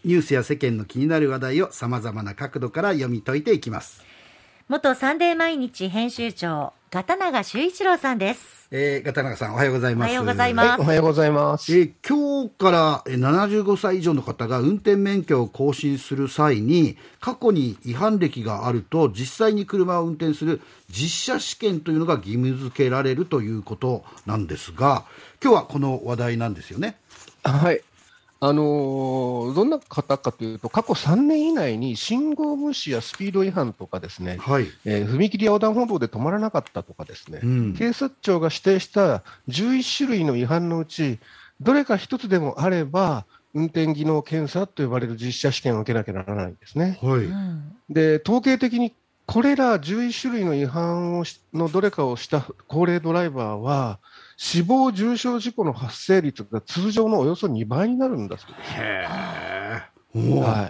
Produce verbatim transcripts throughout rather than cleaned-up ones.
ニュースや世間の気になる話題をさまざまな角度から読み解いていきます。 元サンデー毎日編集長片永修一郎さんです。 えー、片永さんおはようございます。 おはようございます、 はい、おはようございます。 えー、今日からななじゅうごさい以上の方が運転免許を更新する際に過去に違反歴があると実際に車を運転する実車試験というのが義務付けられるということなんですが、今日はこの話題なんですよね。 はい、あのー、どんな方かというと過去さんねん以内に信号無視やスピード違反とかですね、 はい、 えー、踏切や横断歩道で止まらなかったとかですね、うん、警察庁が指定したじゅういち種類の違反のうちどれか一つでもあれば運転技能検査と呼ばれる実車試験を受けなきゃならないんですね、はい、で統計的にこれらじゅういち種類の違反をのどれかをした高齢ドライバーは死亡重傷事故の発生率が通常のおよそにばいになるんだそうです。へー、はい、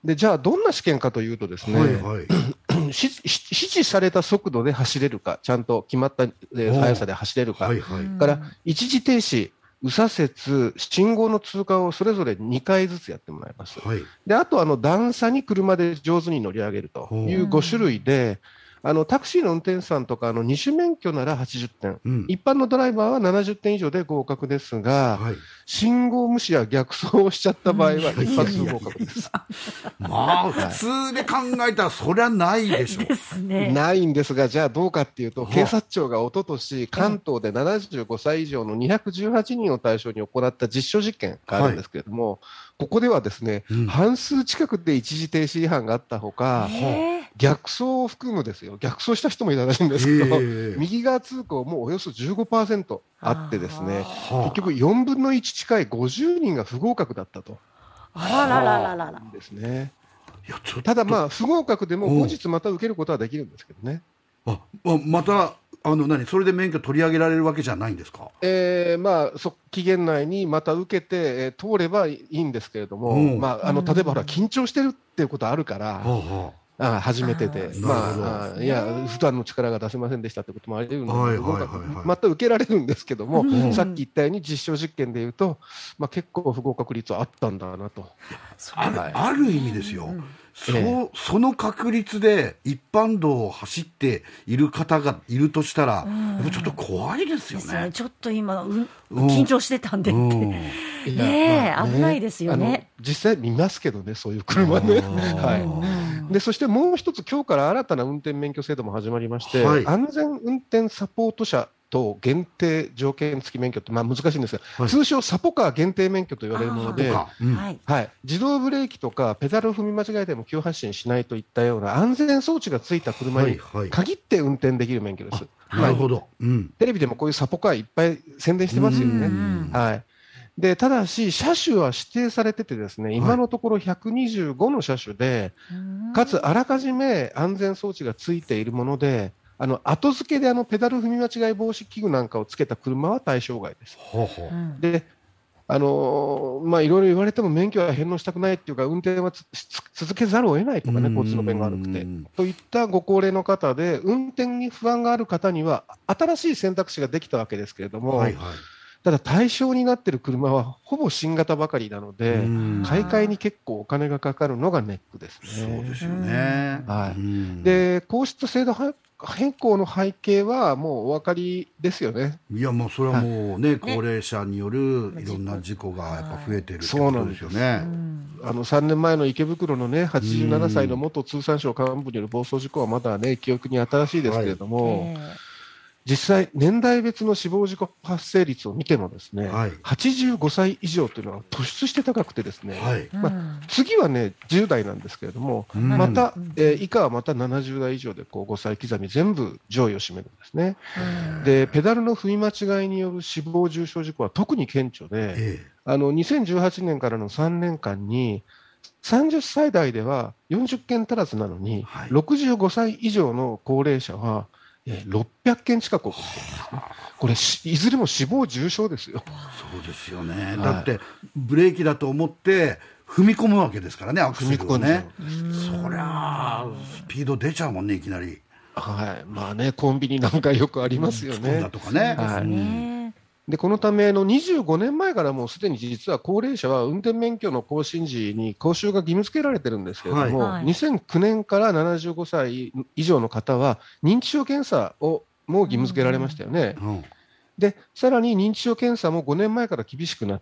でじゃあどんな試験かというとですね、はいはい、指示された速度で走れるか、ちゃんと決まった速さで走れるか、はいはい、から一時停止、右左折、信号の通過をそれぞれにかいずつやってもらいます、はい、であとあの段差に車で上手に乗り上げるというご種類で、あのタクシーの運転手さんとかあの二種免許ならはちじゅってん、うん、一般のドライバーはななじゅってん以上で合格ですが、はい、信号無視や逆走をしちゃった場合は一発合格です。 まあ普通で考えたらそりゃないでしょですね。 ないんですが、じゃあどうかっていうと、警察庁がおととし関東でななじゅうごさい以上のにひゃくじゅうはちにんを対象に行った実証実験があるんですけれども、はい、ここではですね、うん、半数近くで一時停止違反があったほか、逆走を含むですよ、逆走した人もいたらしいんですけど、右側通行もおよそ じゅうごパーセント あってですね、結局よんぶんのいち近いごじゅうにんが不合格だったと。 あららららららですね。いやちょっとただまあ不合格でも後日また受けることはできるんですけどね。 あ、またあの何それで免許取り上げられるわけじゃないんですか。 えーまあ、そ期限内にまた受けて、えー、通ればいいんですけれども、まあ、あの例えばほら緊張してるっていうことあるから、ああ初めてで、まあ、いや普段の力が出せませんでしたってこともあり得るので、また受けられるんですけども、うん、さっき言ったように実証実験でいうと、まあ、結構不合格率はあったんだなと。 ある、はい、ある意味ですよ、うんそ, ええ、その確率で一般道を走っている方がいるとしたら、うん、ちょっと怖いですよ ね, ですね。 ちょっと今、うん、緊張してたんでって、うん、ねえ、まあね、危ないですよね。 実際見ますけどね、そういう車ね、はい、でそしてもう一つ今日から新たな運転免許制度も始まりまして、はい、安全運転サポート車と限定条件付き免許って、まあ、難しいんですが、はい、通称サポカー限定免許と言われるもので、うんはいはい、自動ブレーキとかペダルを踏み間違えても急発進しないといったような安全装置がついた車に限って運転できる免許です。 はいはい、なるほど、うん、 テレビでもこういうサポカーいっぱい宣伝してますよね。はい、でただし車種は指定されててですね、今のところひゃくにじゅうごの車種で、はい、かつあらかじめ安全装置がついているもので、あの後付けであのペダル踏み間違い防止器具なんかをつけた車は対象外です。ほうほうであのーまあ、いろいろ言われても免許は返納したくないっていうか、運転はつつ続けざるを得ないとかね、交通の便が悪くてといったご高齢の方で運転に不安がある方には新しい選択肢ができたわけですけれども、はいはい、ただ対象になっている車はほぼ新型ばかりなので、買い替えに結構お金がかかるのがネックですね。 そうですよね、 はい、でこうした制度変更の背景はもうお分かりですよね。 いやもうそれはもうね、はい、高齢者によるいろんな事故がやっぱ増えてるってことですよね。 あのさんねんまえの池袋のねはちじゅうななさいの元通産省幹部による暴走事故はまだね記憶に新しいですけれども、はい、実際年代別の死亡事故発生率を見てもですね、はい、はちじゅうごさい以上というのは突出して高くてですね、はいまあ、次はねじゅう代なんですけれども、うん、また、えー、以下はまたななじゅう代以上でこうごさい刻み全部上位を占めるんですね。でペダルの踏み間違いによる死亡重傷事故は特に顕著で、えー、あのにせんじゅうはちねんからのさんねんかんにさんじゅっさい代ではよんじゅっけん足らずなのに、はい、ろくじゅうごさい以上の高齢者はろっぴゃっけん近く起こっているんですね。これいずれも死亡重傷ですよ。 そうですよね、はい、だってブレーキだと思って踏み込むわけですからね、アクセルをね。そりゃスピード出ちゃうもんね、いきなり。 はい、まあねコンビニなんかよくありますよね。 突っ込んだとかね、 はい、 でこのためのにじゅうごねんまえからもうすでに実は高齢者は運転免許の更新時に講習が義務付けられてるんですけれども、 はい、 にせんきゅうねんからななじゅうごさい以上の方は認知症検査をも義務付けられましたよね。 うんうん、 でさらに認知症検査もごねんまえから厳しくなって、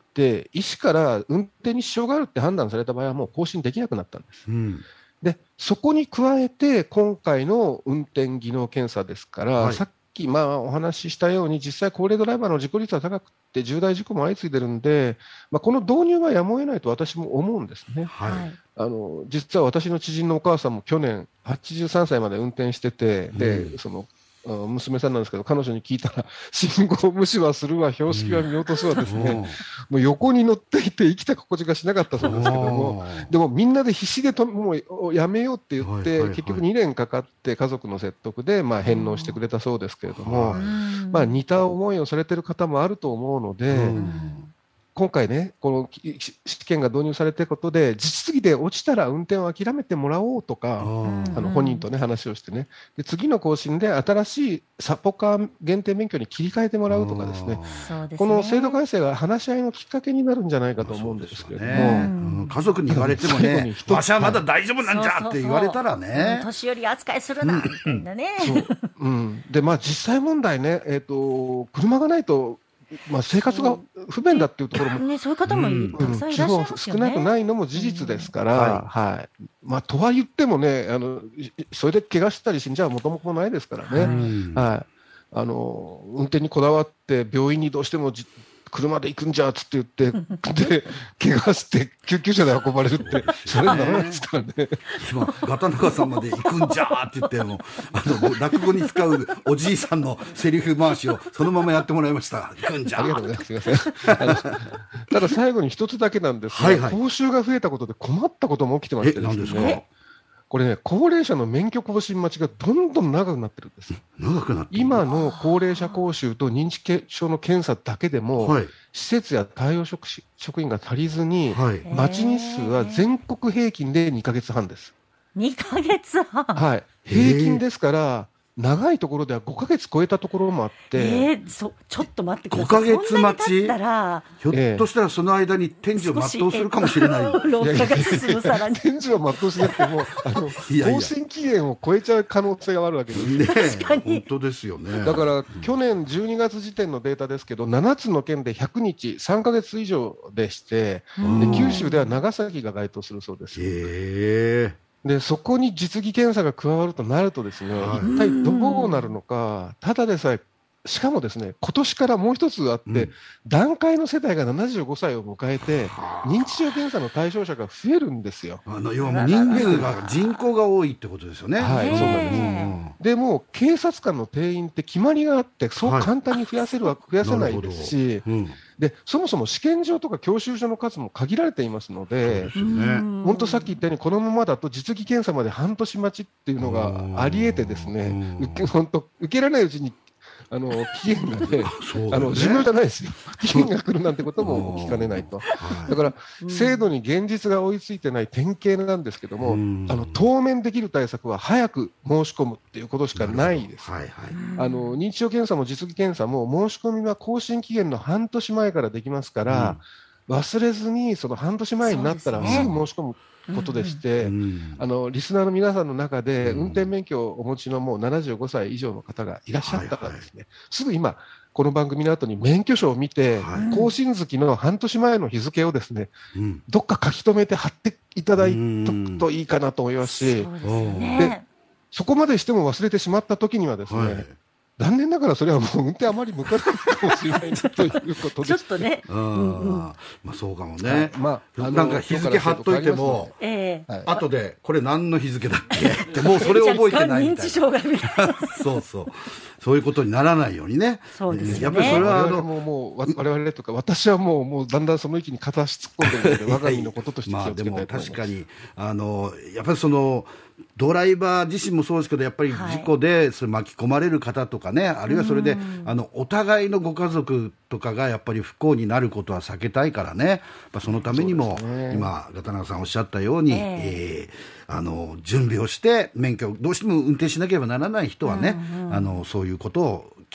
医師から運転に支障があるって判断された場合はもう更新できなくなったんです。うん、でそこに加えて今回の運転技能検査ですから、はい、さっきまあお話ししたように実際高齢ドライバーの事故率は高くて重大事故も相次いでるんで、まあ、この導入はやむを得ないと私も思うんですね。はい、あの実は私の知人のお母さんも去年はちじゅうさんさいまで運転してて、で、うん、その娘さんなんですけど、彼女に聞いたら信号無視はするわ、標識は見落とすわですね、うん、もう横に乗っていて生きた心地がしなかったそうですけども、でもみんなで必死でともうやめようって言って、はいはいはい、結局にねんかかって家族の説得でまあ返納してくれたそうですけれども、まあ、似た思いをされてる方もあると思うので、うん、今回ね、この試験が導入されていることで、実技で落ちたら運転を諦めてもらおうとか、あの本人とね、話をしてね、で次の更新で新しいサポカー限定免許に切り替えてもらうとかですね、この制度改正が話し合いのきっかけになるんじゃないかと思うんですけれども、ね、 うん、家族に言われてもね、わしはまだ大丈夫なんじゃって言われたらね、 年寄り扱いするなみたいなね。 うん、でまあ、実際問題ね、えーと、車がないとまあ、生活が不便だっていうところも、 ね、そういう方もたくさんいらっしゃいますよね。 少なくないのも事実ですから、うん、はいはい、まあ、とは言ってもね、あのそれで怪我したり死んじゃうもともとないですからね、うん、はい、あの運転にこだわって病院にどうしてもじ車で行くんじゃっつって言ってで怪我して救急車で運ばれるってそれにならないですからね。 今ガタナカさんまで行くんじゃって言ってもあの落語に使うおじいさんのセリフ回しをそのままやってもらいました。行くんじゃ。 ありがとうございます。すみません。あのただ最後に一つだけなんですが、はいはい、講習が増えたことで困ったことも起きてましてですね。これね、高齢者の免許更新待ちがどんどん長くなってるんです。 長くなってる。 今の高齢者講習と認知症の検査だけでも、はい、施設や対応 職, 職員が足りずに、はい、待ち日数は全国平均でにかげつはんです。 にかげつはん、 はい、平均ですから長いところではごかげつ超えたところもあって、 えー、そちょっと待ってください。ごかげつ待ち、ひょっとしたらその間に天寿を全うするかもしれない。 老化が進むさらに天寿を全うしなくてもあの更新期限を超えちゃう可能性があるわけですね。確かに本当ですよね。 だから去年じゅうにがつ時点のデータですけど、ななつの県でひゃくにち、さんかげつ以上でして、で九州では長崎が該当するそうです。 へー。 でそこに実技検査が加わるとなるとですね、はい、一体どうなるのか、ただでさえ、しかもですね、今年からもう一つあって、うん、段階の世代がななじゅうごさいを迎えて、認知症検査の対象者が増えるんですよ。 あの要はもう人数が、人口が多いってことですよね。 はい、そうなんです。うん、でも警察官の定員って決まりがあって、そう簡単に増やせるは、はい、増やせないですし、うん、でそもそも試験場とか教習所の数も限られていますので、本当、さっき言ったように、このままだと実技検査まで半年待ちっていうのがありえてですね、本当、受けられないうちにあの期限がね、あの寿命じゃないですよ、期限が来るなんてことも起きかねないと、だから制度に現実が追いついてない典型なんですけども、あの当面できる対策は早く申し込むっていうことしかないです。はいはい、あの認知症検査も実技検査も申し込みは更新期限の半年前からできますから、うん、忘れずにその半年前になったらすぐ申し込むことでして、うんうん、あのリスナーの皆さんの中で運転免許をお持ちのもうななじゅうごさい以上の方がいらっしゃったらですね、はいはい、すぐ今この番組の後に免許証を見て、はい、更新月の半年前の日付をですね、うん、どっか書き留めて貼っていただいておくといいかなと思いますし、そうですね、でそこまでしても忘れてしまった時にはですね、はい、残念ながらそれはもう運転あまり向かないかもしれないということでちょっとね、 うんうん、まあそうかもね、まあ、なんか日付貼っといても、えー、後でこれ何の日付だっけってもうそれを覚えてないみたいな、認知症がみたいなそうそうそういうことにならないようにね。 そうですね。 やっぱりそれはあのもうもう我々とか私はもうもうだんだんその域に片足突っ込んでるので我が身のこととして気をつけたいと思います。 まあでも確かにあのやっぱりそのドライバー自身もそうですけど、やっぱり事故でそれ巻き込まれる方とかね、はい、あるいはそれであのお互いのご家族とかがやっぱり不幸になることは避けたいからね、やっぱそのためにも、ね、今片永さんおっしゃったように、えーえー、あの準備をして免許をどうしても運転しなければならない人はね、うんうん、あのそういうことを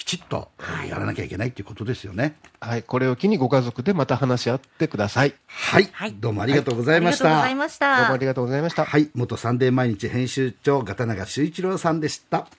きちっとやらなきゃいけないということですよね。 はい、これを機にご家族でまた話し合ってください。 はい、はい、どうもありがとうございました。 はい、ありがとうございました。 どうもありがとうございました。 はい、元サンデー毎日編集長片永修一郎さんでした。